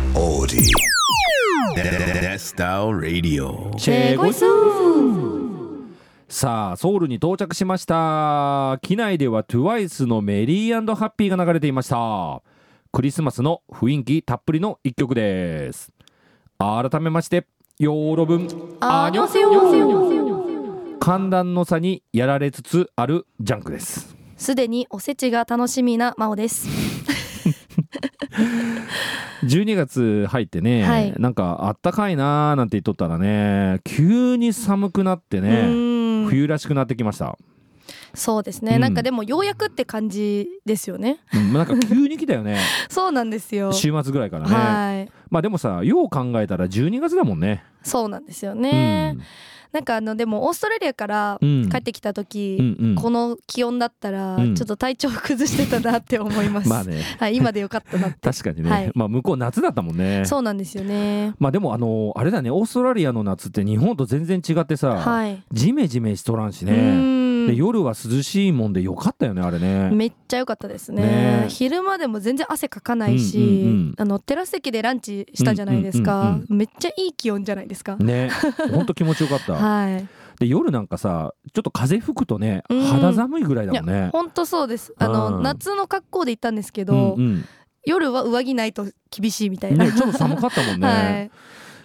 Audi Style Radio チェゴイスさあソウルに到着しました。機内では TWICE のメリー&ハッピーが流れていました。クリスマスの雰囲気たっぷりの一曲です。改めましてヨーロブンアニョセヨ。 寒暖の差にやられつつあるジャンクです。 すでにおせちが楽しみなマオです 12月入ってね、 はい、 なんかあったかいなーなんて言っとったらね、急に寒くなってね、冬らしくなってきました。 そうですね、なんかでもようやくって感じですよね、 なんか急に来たよねそうなんですよ、 週末ぐらいからね、 はい、 まあでもさ、よう考えたら12月だもんね。 そうなんですよね、なんかでもオーストラリアから帰ってきた時、この気温だったらちょっと体調崩してたなって思います、 まあね、 はい、今でよかったなって確かにね、 はい、 まあ向こう夏だったもんね。 そうなんですよね。 まあでもあれだね、オーストラリアの夏って日本と全然違ってさ、 はい、 ジメジメしとらんしね。で夜は涼しいもんでよかったよね、あれね。 めっちゃ良かったですね。昼間でも全然汗かかないし、テラス席でランチしたじゃないですか、めっちゃいい気温じゃないですかね。 ほんと気持ちよかったはい。で夜なんかさ、ちょっと風吹くとね、肌寒いぐらいだもんね。 ほんとそうです。夏の格好で行ったんですけど、夜は上着ないと厳しいみたいな、 ね、ちょっと寒かったもんね、はい、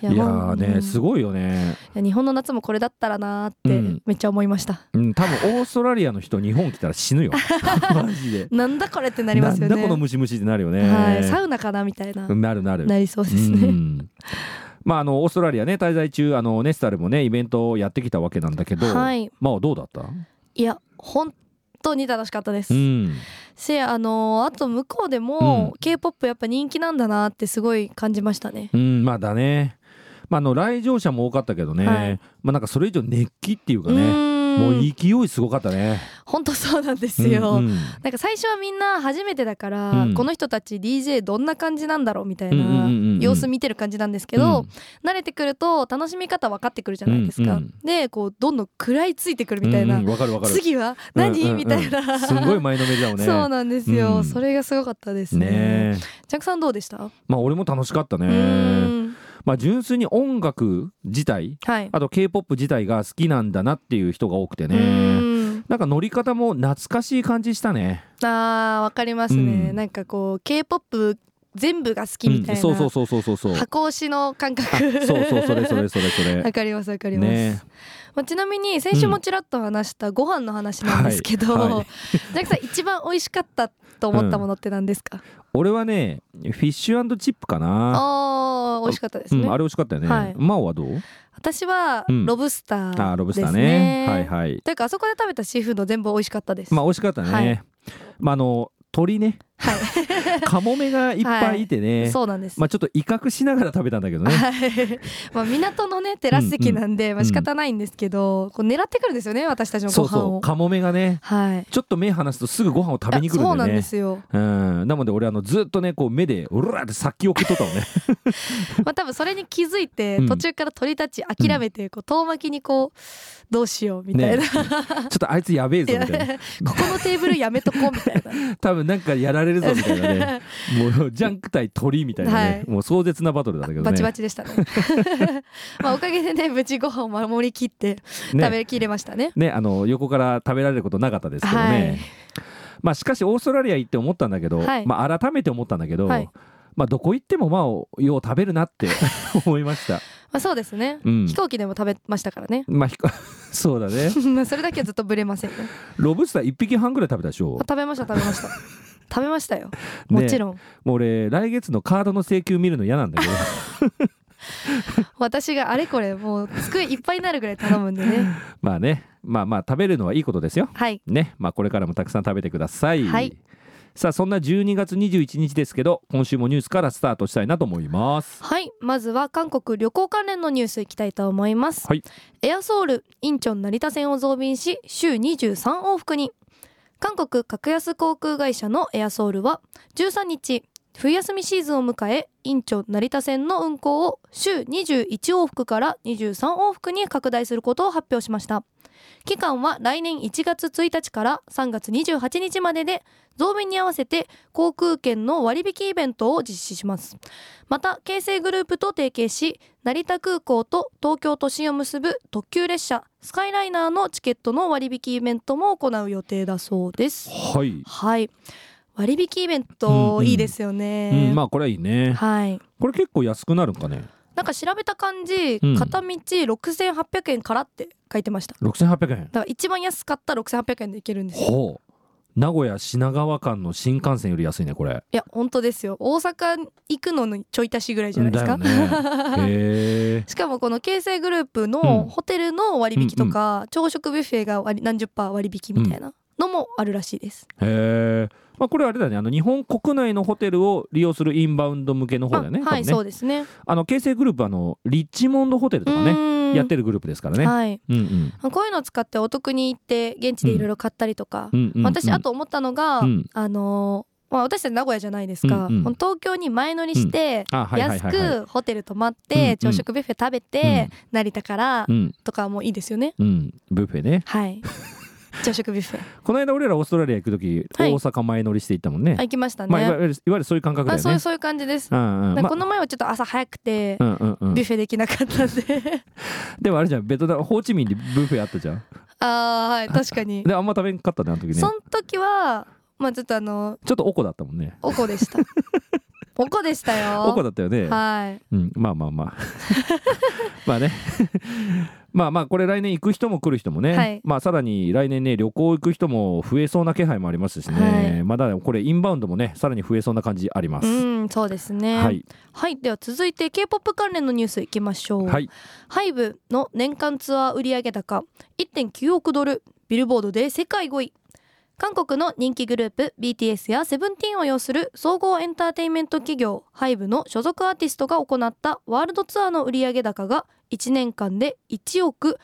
いやーね、すごいよね。 いや日本の夏もこれだったらなーってめっちゃ思いました、 多分オーストラリアの人日本来たら死ぬよマジでなんだこれってなりますよね。 なんだこのムシムシってなるよね、 はい、サウナかなみたいななりそうですね。 まあオーストラリアね滞在中ネスタルもねイベントをやってきたわけなんだけど、はい、まあどうだった？ いや本当に楽しかったです、あと向こうでも、K-POP やっぱ人気なんだなってすごい感じましたね。 まあだね、まあ、来場者も多かったけどね、はい、まあなんかそれ以上熱気っていうかね、もう勢いすごかったね。 本当そうなんですよ、なんか最初はみんな初めてだから、この人たち DJ どんな感じなんだろうみたいな様子見てる感じなんですけど、慣れてくると楽しみ方分かってくるじゃないですか、でこうどんどん食らいついてくるみたいな、 わかるわかる、 次は何、みたいなすごい前のめりだもんね。 そうなんですよ、それがすごかったですね。ジャンクさんどうでした？ まあ俺も楽しかったね。まあ、純粋に音楽自体、はい、あと K-POP 自体が好きなんだなっていう人が多くてね、なんか乗り方も懐かしい感じしたね。 わかりますね、なんかこう K-POP 全部が好きみたいな、 そう箱推しの感覚そうそれわかりますわかります、ね。まあ、ちなみに先週もちらっと話したご飯の話なんですけど、ジャックさん一番美味しかったと思ったものって何ですか？ 俺はねフィッシュ&チップかな。 美味しかったですね、 あれ美味しかったよね、マオはどう？ 私はロブスターですね、ロブスターね、はいはい。というかあそこで食べたシーフード全部美味しかったです。 まあ美味しかったね、まあ鳥ね、はい、カモメがいっぱいいてね、そうなんです。まあちょっと威嚇しながら食べたんだけどね、 まあ港のねテラス席なんで、まあ仕方ないんですけど、こう狙ってくるんですよね、私たちのご飯を。 そうカモメがね、ちょっと目離すとすぐご飯を食べに来るんでね。そうなんですよ。なので俺ずっとねこう目でうらって先送っとったのねまあ多分それに気づいて途中から鳥たち諦めてこう遠巻きにこうどうしようみたいな、ちょっとあいつやべえぞみたいなここのテーブルやめとこうみたいな多分なんかやられるぞみたいなねもうジャンク対鳥みたいなね、もう壮絶なバトルだったけどね、 バチバチでしたねまあおかげでね無事ご飯を守りきって食べきれましたね。 横から食べられることなかったですけどね、まあしかしオーストラリア行って思ったんだけど、まあ改めて思ったんだけど、まあどこ行ってもまあよう食べるなって思いましたまあそうですね、飛行機でも食べましたからね。 まあそうだねそれだけはずっとブレませんね。 ロブスター1匹半ぐらい食べたでしょ？ 食べました食べましたよ、もちろん。 もう俺来月のカードの請求見るの嫌なんだけど私があれこれもう机いっぱいになるぐらい頼むんでねまあね、まあ食べるのはいいことですよ、ね。まあこれからもたくさん食べてください。さあそんな12月21日ですけど、今週もニュースからスタートしたいなと思います。 はい、まずは韓国旅行関連のニュースいきたいと思います。エアソウルインチョン成田線を増便し週23往復に。韓国格安航空会社のエアソウルは13日冬休みシーズンを迎え、インチョン成田線の運行を週21往復から23往復に拡大することを発表しました。期間は来年1月1日から3月28日までで、増便に合わせて航空券の割引イベントを実施します。また、京成グループと提携し、成田空港と東京都心を結ぶ特急列車スカイライナーのチケットの割引イベントも行う予定だそうです。 はい、 はい、割引イベントいいですよね。 まあこれはいいね。 はい、 これ結構安くなるんかね。 なんか調べた感じ、片道6800円からって書いてました。 6800円。 だから一番安かった6800円で行けるんですよ。 ほう、名古屋品川間の新幹線より安いねこれ。 いや本当ですよ。大阪行くのにちょい足しぐらいじゃないですか。 だよね。へしかもこの京成グループのホテルの割引とか、朝食ビュッフェが何十%割引みたいなのもあるらしいです。 へえ。まあ、これあれだね、日本国内のホテルを利用するインバウンド向けの方だよね。 はい、そうですね。 京成グループリッチモンドホテルとかねやってるグループですからね。 はい、こういうのを使ってお得に行って現地でいろいろ買ったりとか、私あと思ったのが、私たち名古屋じゃないですか、東京に前乗りして、安くホテル泊まって、朝食ビュッフェ食べて、成田からとかもいいですよね。 ブッフェね。 はい朝食ビュッフェ。 この間俺らオーストラリア行く時、大阪前乗りして行ったもんね。 行きましたね。 いわゆるそういう感覚だよね。 そういう感じです。この前はちょっと朝早くてビュッフェできなかったんででもあれじゃん、ベトナムホーチミンでブッフェあったじゃん。 はい、確かに。 であんま食べんかったねあの時ね。 その時はちょっとちょっとおこだったもんね。 おこでしたおこでしたよ。 おこだったよね。 はい、 まあまあねまあこれ来年行く人も来る人もね、さらに来年ね旅行行く人も増えそうな気配もありますしね、まだこれインバウンドもねさらに増えそうな感じあります。 そうですね。はい、では続いて K-POP 関連のニュースいきましょう。HYBE の年間ツアー売上高 1.9 億ドル、ビルボードで世界5位。韓国の人気グループ BTS やセブンティーンを擁する総合エンターテインメント企業 HYBE の所属アーティストが行ったワールドツアーの売上高が1年間で1億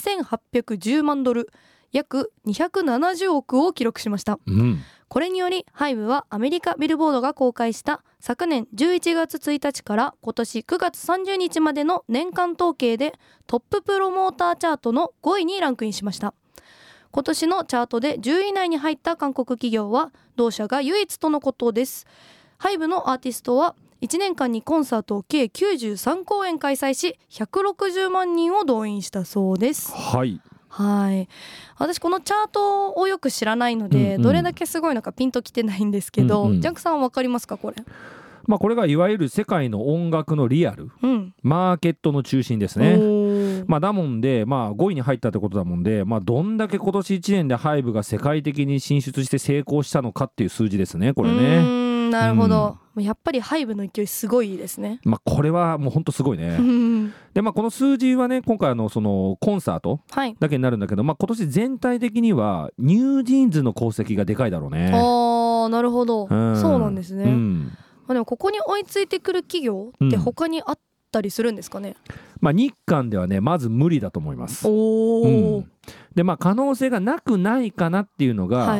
8810万ドル、約270億を記録しました。これによりHYBEはアメリカビルボードが公開した昨年11月1日から今年9月30日までの年間統計でトッププロモーターチャートの5位にランクインしました。今年のチャートで10位以内に入った韓国企業は同社が唯一とのことです。HYBEのアーティストは1年間にコンサートを計93公演開催し160万人を動員したそうです。はい、私このチャートをよく知らないので、どれだけすごいのかピンときてないんですけど、ジャンクさんは分かりますかこれ。 これがいわゆる世界の音楽のリアル、マーケットの中心ですね。だもんで、5位に入ったってことだもんで、どんだけ今年1年でHYBEが世界的に進出して成功したのかっていう数字ですねこれね。 なるほど、やっぱりHYBEの勢いすごいですね。 これはもうほんとすごいねでこの数字はね今回そのコンサートだけになるんだけど、今年全体的にはニュージーンズの功績がでかいだろうね。 なるほど、そうなんですね。でもここに追いついてくる企業って他にあったりするんですかね。 日韓ではねまず無理だと思います。で可能性がなくないかなっていうのが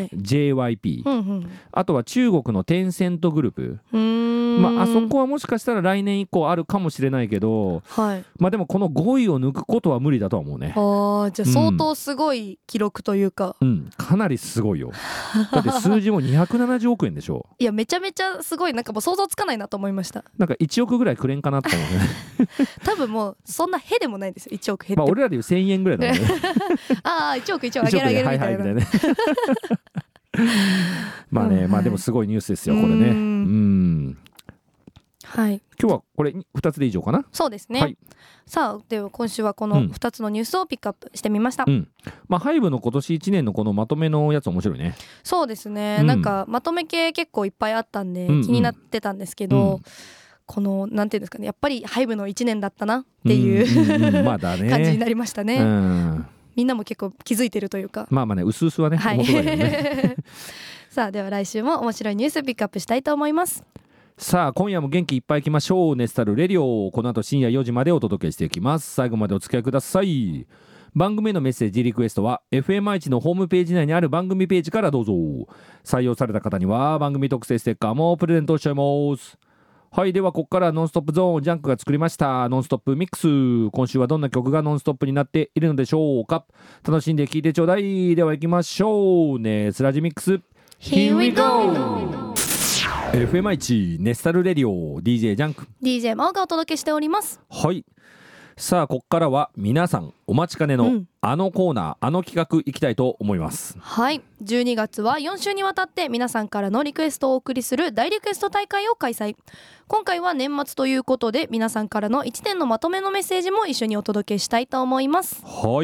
JYP、あとは中国のテンセントグループ、あそこはもしかしたら来年以降あるかもしれないけど、でもこの5位を抜くことは無理だとは思うね。 じゃあ相当すごい記録というか、 かなりすごいよ。だって数字も270億円でしょ。 いやめちゃめちゃすごい、もう想像つかないなと思いました。 1億ぐらいくれんかなと思うね多分もうそんなへでもないですよ1億へって。 俺らでいう1000円ぐらいだもんね 1億あげるあげるみたいなねでもすごいニュースですよこれね。今日はこれ2つで以上かな。 そうですね。さあでは今週はこの2つのニュースをピックアップしてみました。 HYBEの今年1年のこのまとめのやつ面白いね。 そうですね、まとめ系結構いっぱいあったんで気になってたんですけど、このなんていうんですかね、やっぱりHYBEの1年だったなっていう感じになりましたね。みんなも結構気づいてるというか、 うすうすはね、 さあでは来週も面白いニュースピックアップしたいと思います。 さあ今夜も元気いっぱいいきましょう。ネスタルレディオ、この後深夜4時までお届けしていきます。最後までお付き合いください。 番組へのメッセージリクエストは FM 愛知のホームページ内にある番組ページからどうぞ。採用された方には番組特製ステッカーもプレゼントしちゃいます。はい、ではここからノンストップゾーンジャンクが作りましたノンストップミックス。今週はどんな曲がノンストップになっているのでしょうか。楽しんで聴いてちょうだい。では行きましょう。ネスラジミックス Here we go。 FM 愛知ネスタルレディオ DJ ジャンク DJ マオがお届けしております。 はい、さあここからは皆さんお待ちかねのあのコーナー、あの企画いきたいと思います。 はい、12月は4週にわたって皆さんからのリクエストをお送りする大リクエスト大会を開催。今回は年末ということで皆さんからの1年のまとめのメッセージも一緒にお届けしたいと思います。 はい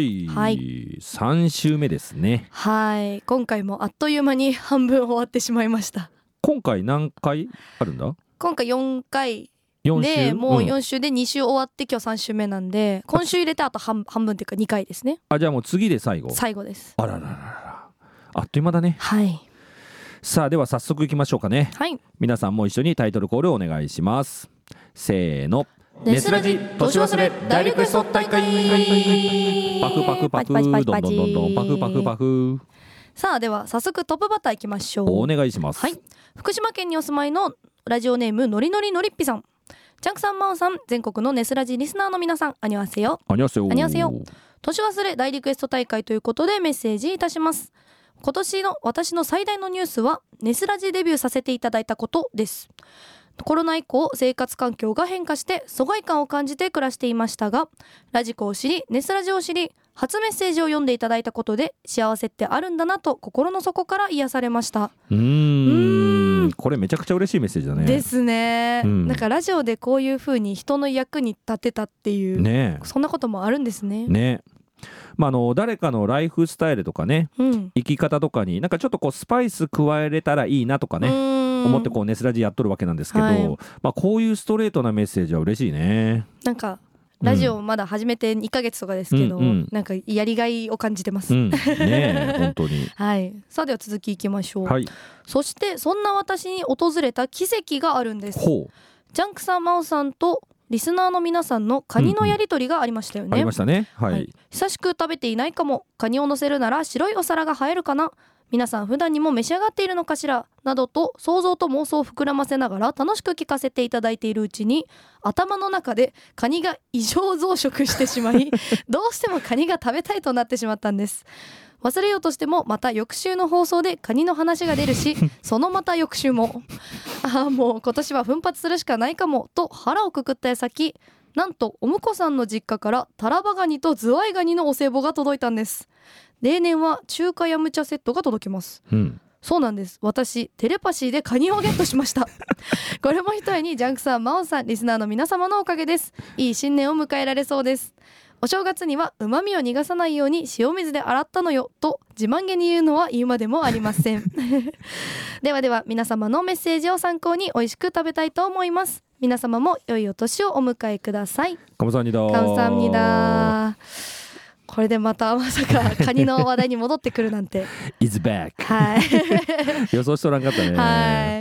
、3週目ですね。 はい、今回もあっという間に半分終わってしまいました。 今回何回あるんだ。 今回4回 4週でもう4週で2週終わって今日3週目なんで、今週入れてあと半分っていうか2回ですね。 じゃあもう次で最後です。 あらららら、あっという間だね。 はい、 さあでは早速いきましょうかね。 はい、 皆さんも一緒にタイトルコールお願いします。せーの、 ネスラジ年忘れ大リクエスト大会。 パクパクパク、どんどんどんどんパクパクパク。 さあでは早速トップバッターいきましょう。 お願いします。 はい、福島県にお住まいのラジオネームのりのりのりっぴさん。ジャンクさん、マオさん、全国のネスラジリスナーの皆さん、アニョハセヨ。 アニョハセヨ。 アニョハセヨ。年忘れ大リクエスト大会ということでメッセージいたします。今年の私の最大のニュースはネスラジデビューさせていただいたことです。コロナ以降生活環境が変化して疎外感を感じて暮らしていましたが、ラジコを知りネスラジを知り初メッセージを読んでいただいたことで幸せってあるんだなと心の底から癒されました。 これめちゃくちゃ嬉しいメッセージだね。 ですね、なんかラジオでこういう風に人の役に立てたっていう、ね、そんなこともあるんですね。 ね、誰かのライフスタイルとかね、生き方とかになんかちょっとこうスパイス加えれたらいいなとかね思ってこうネスラジやっとるわけなんですけど、こういうストレートなメッセージは嬉しいね。 なんかラジオまだ始めて2ヶ月とかですけど、なんかやりがいを感じてます、 ねえ本当にはい、さあでは続きいきましょう、 はい、 そしてそんな私に訪れた奇跡があるんです。 ほう。 ジャンクさん、マオさんとリスナーの皆さんのカニのやりとりがありましたよね、 ありましたね、はい久しく食べていないかも。カニを乗せるなら白いお皿が映えるかな。皆さん普段にも召し上がっているのかしらなどと想像と妄想を膨らませながら楽しく聞かせていただいているうちに頭の中でカニが異常増殖してしまいどうしてもカニが食べたいとなってしまったんです。忘れようとしてもまた翌週の放送でカニの話が出るしそのまた翌週ももう今年は奮発するしかないかもと腹をくくった矢先、なんとお婿さんの実家からタラバガニとズワイガニのお歳暮が届いたんです。例年は中華ヤムチャセットが届きます、そうなんです。私テレパシーでカニをゲットしましたこれも一重にジャンクさん、マオさん、リスナーの皆様のおかげです。いい新年を迎えられそうです。お正月には旨味を逃がさないように塩水で洗ったのよと自慢げに言うのは言うまでもありませんではでは皆様のメッセージを参考に美味しく食べたいと思います。皆様も良いお年をお迎えください。 カムサハムニダ。 カムサハムニダ。これでまたまさかカニの話題に戻ってくるなんて It's back はい予想しとらんかったね。 はい、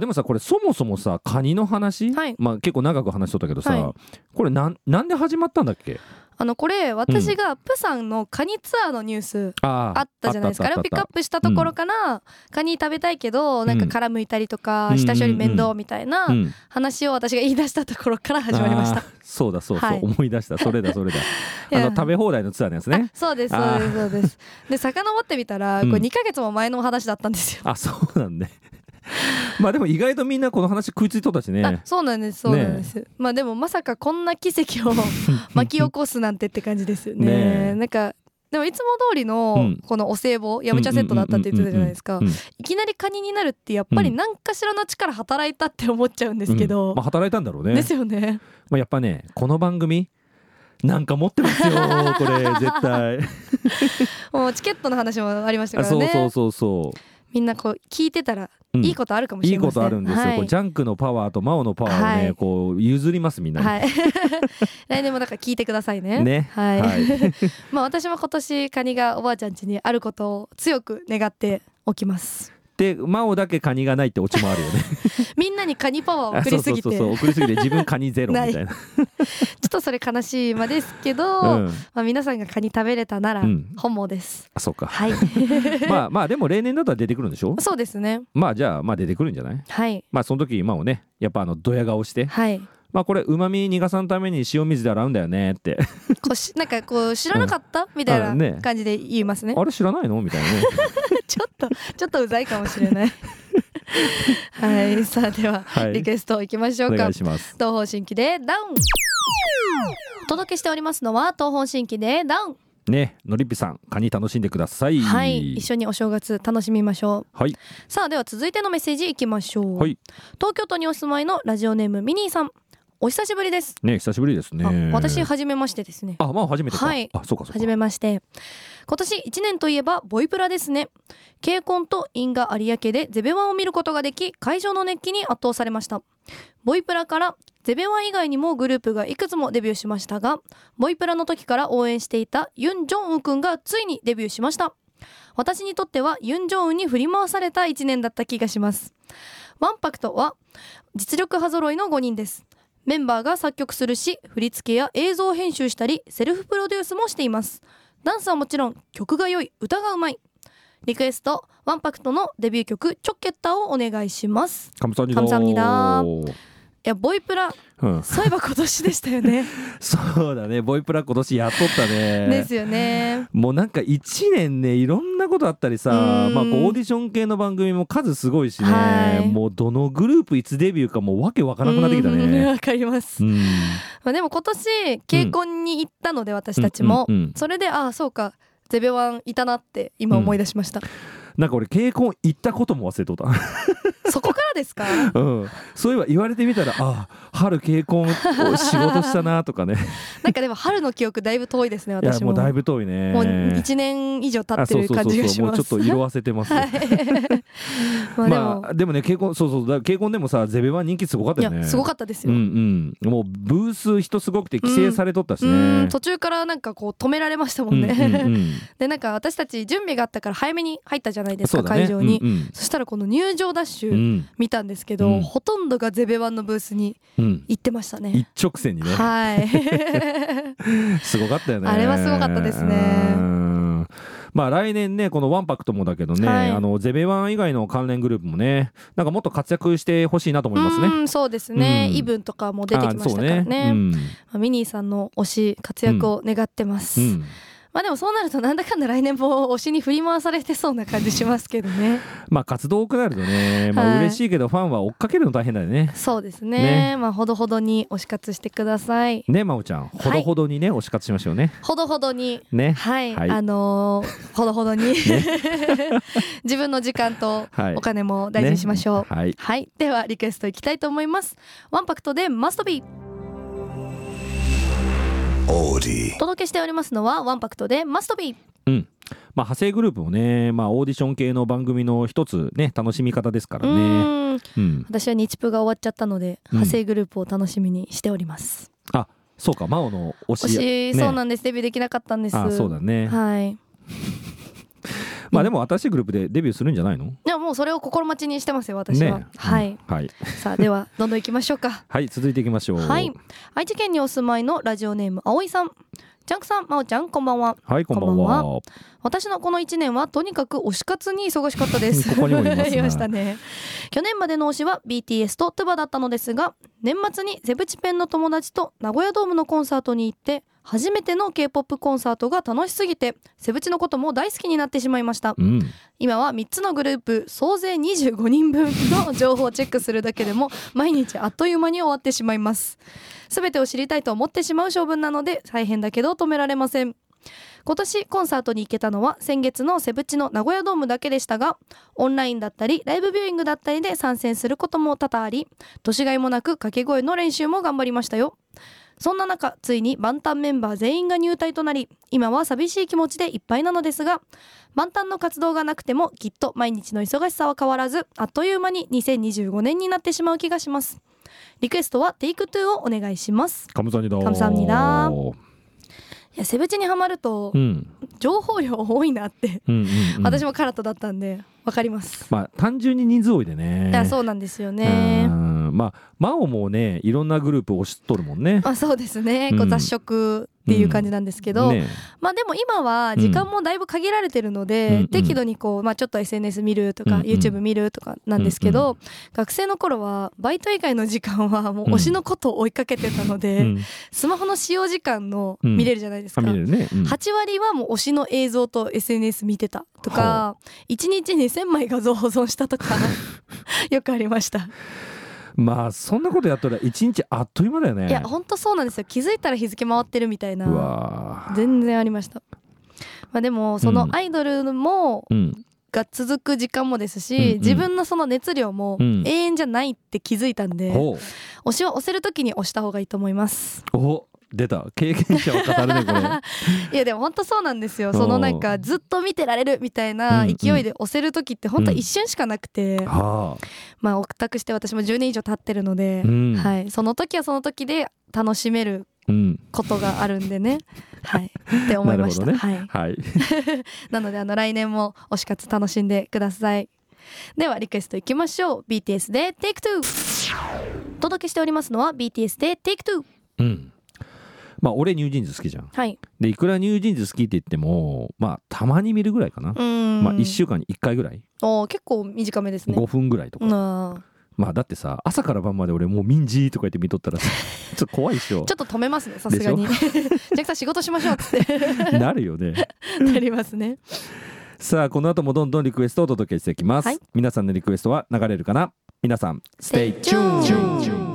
でもさ、これそもそもさカニの話、結構長く話しとったけどさ、これなんで始まったんだっけ。 これ私がプサンのカニツアーのニュースあったじゃないですか。あれをピックアップしたところから、カニ食べたいけどなんか殻むいたりとか、下処理面倒みたいな話を私が言い出したところから始まりました。 そうだ、思い出した。それだ食べ放題のツアーのやつね。 そうですで遡ってみたら、これ2ヶ月も前の話だったんですよ。 そうなんねでも意外とみんなこの話食いついとったしね。 そうなんです、でもまさかこんな奇跡を巻き起こすなんてって感じですよね。なんかでもいつも通りのこのお歳暮、ヤムチャセットだったって言ってたじゃないですか。いきなりカニになるってやっぱり何かしらの力働いたって思っちゃうんですけど、 働いたんだろうね。 ですよね。 やっぱね、この番組なんか持ってますよこれ絶対もうチケットの話もありましたからね。 そうみんなこう聞いてたらいいことあるかもしれません。いいことあるんですよ、こうジャンクのパワーとマオのパワーをね、こう譲りますみんなに、 来年もだから聞いてくださいね。私も今年カニがおばあちゃん家にあることを強く願っておきます。 で真央だけカニがないってオチもあるよねみんなにカニパワーを送りすぎてそう送りすぎて自分カニゼロみたいなちょっとそれ悲しいまですけど、まあ、皆さんがカニ食べれたなら本望です、 あ、そうか、 はいまあでも例年だったら出てくるんでしょ。 そうですね。 まあじゃあ出てくるんじゃない。 はい。 まあその時真央ね、やっぱドヤ顔して、 はい、 まあこれうまみ逃がさんために塩水で洗うんだよねってなんかこう知らなかった、みたいな感じで言いますね。 あれ知らないのみたいなねちょっとうざいかもしれないはい、さあでは、リクエストいきましょうか。 お願いします。 東方神起でダウン。お届けしておりますのは東方神起でダウンね。のりっぴさん、カニ楽しんでください。 はい、一緒にお正月楽しみましょう。 はい。 さあでは続いてのメッセージいきましょう。 はい。 東京都にお住まいのラジオネームミニーさん、お久しぶりですね。久しぶりですね。 私初めましてですね。 あ、まあ初めてか。 はい。 あ、そうかそうか。 初めまして。今年1年といえばボイプラですね。ケイコンと因果有明でゼベワンを見ることができ、会場の熱気に圧倒されました。ボイプラからゼベワン以外にもグループがいくつもデビューしましたが、ボイプラの時から応援していたユン・ジョンウくんがついにデビューしました。私にとってはユン・ジョンウに振り回された1年だった気がします。ワンパクトは実力派揃いの5人です。メンバーが作曲するし、振り付けや映像編集したりセルフプロデュースもしています。ダンスはもちろん曲が良い、歌がうまい。リクエストワンパクトのデビュー曲チョッケッターをお願いします。 감사합니다。 いやボイプラ、そういえば今年でしたよねそうだね、ボイプラ今年やっとったね。 ですよね。 もうなんか1年ね、いろんなことあったりさ、まあこうオーディション系の番組も数すごいしね、はい、もうどのグループいつデビューかもうわけわからなくなってきたね。 わかります。まあでも今年ケイコンに行ったので私たちも、それでそうかゼベワンいたなって今思い出しました。 なんか俺ケイコン行ったことも忘れとったそこからですかそういえば言われてみたら春ケイコンを仕事したなとかねなんかでも春の記憶だいぶ遠いですね。私もいやもうだいぶ遠いね。 もう1年以上経ってる感じがします。 もうちょっと色あせてます、はい、まあでもねケイコンケイコンでもさゼベワン人気すごかったよね。 いやすごかったですよ、 もうブース人すごくて規制されとったしね、 途中からなんかこう止められましたもんね、でなんか私たち準備があったから早めに入ったじゃないですか、会場に、そしたらこの入場ダッシュ見たんですけど、ほとんどがゼベワンのブースに行ってましたね、 一直線にね。 はいすごかったよね。 あれはすごかったですね。 まあ来年ねこのワンパクトもだけどね、ゼベワン以外の関連グループもねなんかもっと活躍してほしいなと思いますね。 そうですね、イブンとかも出てきましたからね。ミニーさんの推し活躍を願ってます、まあでもそうなるとなんだかんだ来年も推しに振り回されてそうな感じしますけどね。 まあ活動多くなるとね、まあ嬉しいけどファンは追っかけるの大変だよね。 そうですね。まあほどほどに推し活してくださいね。真央ちゃんほどほどにね推し活しましょうね。 ほどほどにね。 はい、ほどほどに自分の時間とお金も大事にしましょう。はい、ではリクエストいきたいと思います。ワンパクトでマストビー。お届けしておりますのはワンパクトでマストビー。 まあ派生グループもね、まあオーディション系の番組の一つね楽しみ方ですからね。 私は日プが終わっちゃったので、派生グループを楽しみにしております。 あ、そうか、真央の推し、 そうなんです。デビューできなかったんです。 そうだね。 はい。 まあでも新しいグループでデビューするんじゃないの？いやもうそれを心待ちにしてますよ私は。はい。さあではどんどん行きましょうか。 はい、続いていきましょう。 はい。愛知県にお住まいのラジオネーム葵さん。ジャンクさん、まおちゃん、こんばんは。 はい、こんばんは。 私のこの1年はとにかく推し活に忙しかったです。 ここにもいますね。 いましたね。去年までの推しは BTS とトゥバだったのですが、年末にゼブチペンの友達と名古屋ドームのコンサートに行って、初めての K-POP コンサートが楽しすぎて、セブチのことも大好きになってしまいました。今は3つのグループ総勢25人分の情報をチェックするだけでも毎日あっという間に終わってしまいます。全てを知りたいと思ってしまう性分なので大変だけど止められません。今年コンサートに行けたのは先月のセブチの名古屋ドームだけでしたが、オンラインだったりライブビューイングだったりで参戦することも多々あり、年がいもなく掛け声の練習も頑張りましたよ。そんな中、ついにバンタンメンバー全員が入隊となり、今は寂しい気持ちでいっぱいなのですが、バンタンの活動がなくてもきっと毎日の忙しさは変わらず、あっという間に2025年になってしまう気がします。リクエストはテイクトゥーをお願いします。 감사합니다。 감사합니다。いやセブチにハマると、 情報量多いなって、私もカラットだったんで分かります。 まあ単純に人数多いでね。 いやそうなんですよね。 まあ真央もねいろんなグループ押しとるもんね。 そうですね、こう雑食っていう感じなんですけど、まあでも今は時間もだいぶ限られてるので、適度にこう、まあ、ちょっと SNS 見るとか、YouTube 見るとかなんですけど、学生の頃はバイト以外の時間はもう推しのことを追いかけてたので、スマホの使用時間の見れるじゃないですか、8割はもう推しの映像と SNS 見てたとか、1日2000枚画像保存したとかよくありました。 まあそんなことやったら一日あっという間だよね。 いやほんとそうなんですよ。気づいたら日付回ってるみたいな、全然ありました。まあ、でもそのアイドルも、が続く時間もですし、自分のその熱量も永遠じゃないって気づいたんで、推しは押せる時に押した方がいいと思います。 出た経験者を語るねこれいやでも本当そうなんですよ。そのなんかずっと見てられるみたいな勢いで押せる時って本当一瞬しかなくて、まあオタクして私も10年以上経ってるので、はい、その時はその時で楽しめることがあるんでね、はいって思いました。はいなので来年も推し活楽しんでください。ではリクエストいきましょう。 BTS で Take2。 お届けしておりますのは BTS で Take2。 まあ俺ニュージーンズ好きじゃん、 はい、 でいくらニュージーンズ好きって言ってもまあたまに見るぐらいかな。まあ1週間に1回ぐらい。 結構短めですね。 5分ぐらいとか。まあだってさ朝から晩まで俺もう民事とか言って見とったらさちょっと怖いっしょ。 ちょっと止めますねさすがに。ジャックさん仕事しましょうってなるよね。 なりますね。 さあこの後もどんどんリクエストをお届けしていきます、皆さんのリクエストは流れるかな。皆さん Stay tuned。